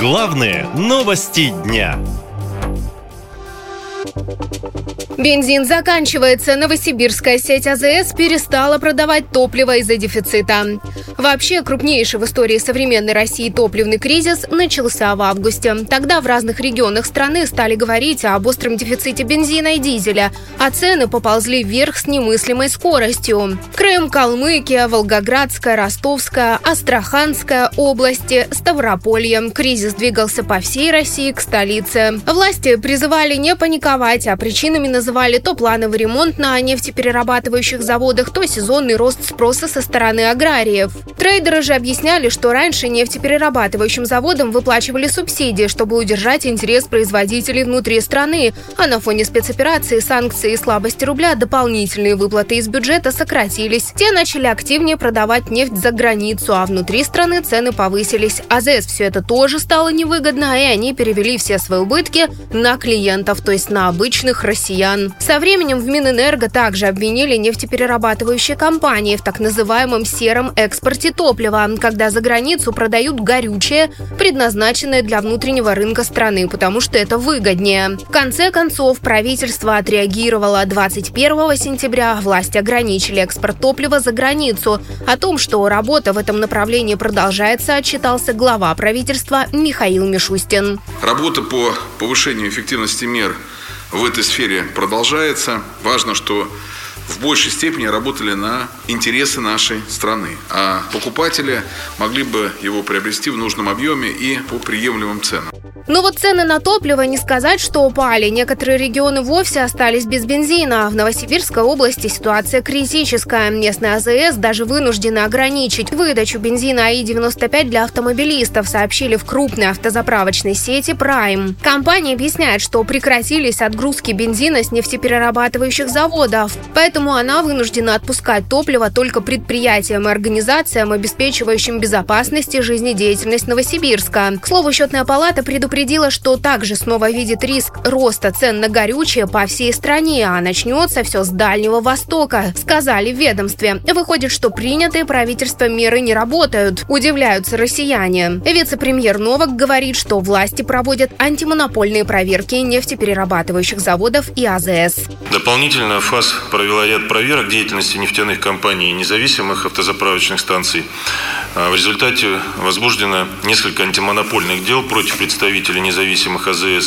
Главные новости дня. Бензин заканчивается. Новосибирская сеть АЗС перестала продавать топливо из-за дефицита. Вообще, крупнейший в истории современной России топливный кризис начался в августе. Тогда в разных регионах страны стали говорить об остром дефиците бензина и дизеля, а цены поползли вверх с немыслимой скоростью. Крым, Калмыкия, Волгоградская, Ростовская, Астраханская области, Ставрополье. Кризис двигался по всей России к столице. Власти призывали не паниковать, а причинами называли то плановый ремонт на нефтеперерабатывающих заводах, то сезонный рост спроса со стороны аграриев. Трейдеры же объясняли, что раньше нефтеперерабатывающим заводам выплачивали субсидии, чтобы удержать интерес производителей внутри страны, а на фоне спецоперации, санкций и слабости рубля дополнительные выплаты из бюджета сократились. Те начали активнее продавать нефть за границу, а внутри страны цены повысились. АЗС все это тоже стало невыгодно, и они перевели все свои убытки на клиентов, то есть на обычных россиян. Со временем в Минэнерго также обвинили нефтеперерабатывающие компании в так называемом сером экспорте топлива, когда за границу продают горючее, предназначенное для внутреннего рынка страны, потому что это выгоднее. В конце концов, правительство отреагировало. 21 сентября власти ограничили экспорт топлива за границу. О том, что работа в этом направлении продолжается, отчитался глава правительства Михаил Мишустин. Работа по повышению эффективности мер в этой сфере продолжается. Важно, что в большей степени работали на интересы нашей страны, а покупатели могли бы его приобрести в нужном объеме и по приемлемым ценам. Но вот цены на топливо не сказать, что упали. Некоторые регионы вовсе остались без бензина. В Новосибирской области ситуация критическая. Местная АЗС даже вынуждены ограничить выдачу бензина АИ-95 для автомобилистов, сообщили в крупной автозаправочной сети Prime. Компания объясняет, что прекратились отгрузки бензина с нефтеперерабатывающих заводов. Поэтому она вынуждена отпускать топливо только предприятиям и организациям, обеспечивающим безопасность и жизнедеятельность Новосибирска. К слову, счетная палата предупредила, что также снова видит риск роста цен на горючее по всей стране, а начнется все с Дальнего Востока, сказали в ведомстве. Выходит, что принятые правительством меры не работают, удивляются россияне. Вице-премьер Новак говорит, что власти проводят антимонопольные проверки нефтеперерабатывающих заводов и АЗС. Дополнительно ФАС провела ряд проверок деятельности нефтяных компаний и независимых автозаправочных станций. В результате возбуждено несколько антимонопольных дел против представителей независимых АЗС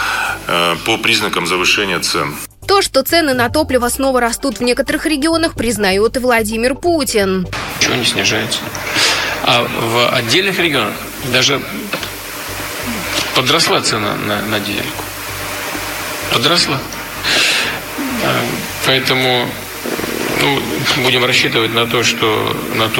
по признакам завышения цен. То, что цены на топливо снова растут в некоторых регионах, признает и Владимир Путин. Ничего не снижается. А в отдельных регионах даже подросла цена на дизельку. Подросла. Поэтому будем рассчитывать на то, что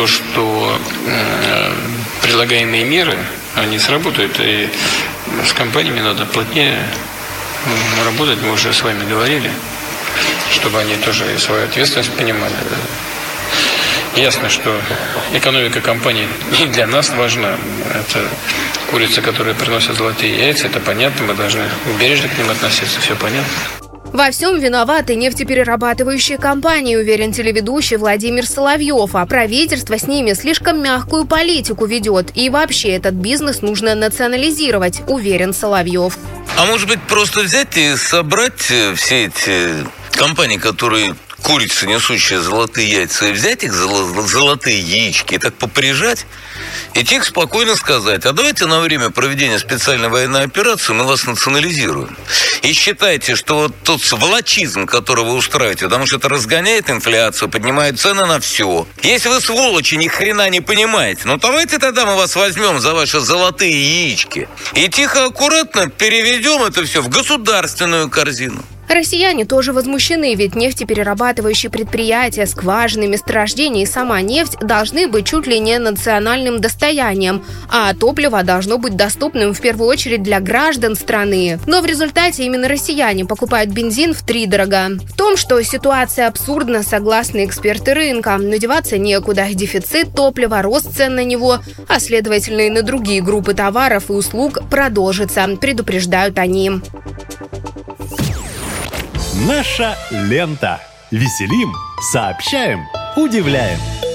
предлагаемые меры, они сработают. И с компаниями надо плотнее работать, мы уже с вами говорили, чтобы они тоже свою ответственность понимали. Ясно, что экономика компании и для нас важна. Это курица, которая приносит золотые яйца, это понятно, мы должны бережно к ним относиться, все понятно. Во всем виноваты нефтеперерабатывающие компании, уверен телеведущий Владимир Соловьев, а правительство с ними слишком мягкую политику ведет. И вообще этот бизнес нужно национализировать, уверен Соловьев. А может быть просто взять и собрать все эти компании, которые курицы, несущие золотые яйца, и взять их золотые яички и так поприжать, и тихо, спокойно сказать: а давайте на время проведения специальной военной операции мы вас национализируем. И считайте, что вот тот сволочизм, который вы устраиваете, потому что это разгоняет инфляцию, поднимает цены на все. Если вы, сволочи, ни хрена не понимаете, давайте тогда мы вас возьмем за ваши золотые яички и тихо, аккуратно переведем это все в государственную корзину. Россияне тоже возмущены, ведь нефтеперерабатывающие предприятия, скважины, месторождения и сама нефть должны быть чуть ли не национальным достоянием, а топливо должно быть доступным в первую очередь для граждан страны. Но в результате именно россияне покупают бензин втридорога. В том, что ситуация абсурдна, согласны эксперты рынка, но деваться некуда. Дефицит топлива, рост цен на него, а следовательно и на другие группы товаров и услуг продолжится, предупреждают они. Наша лента. Веселим, сообщаем, удивляем.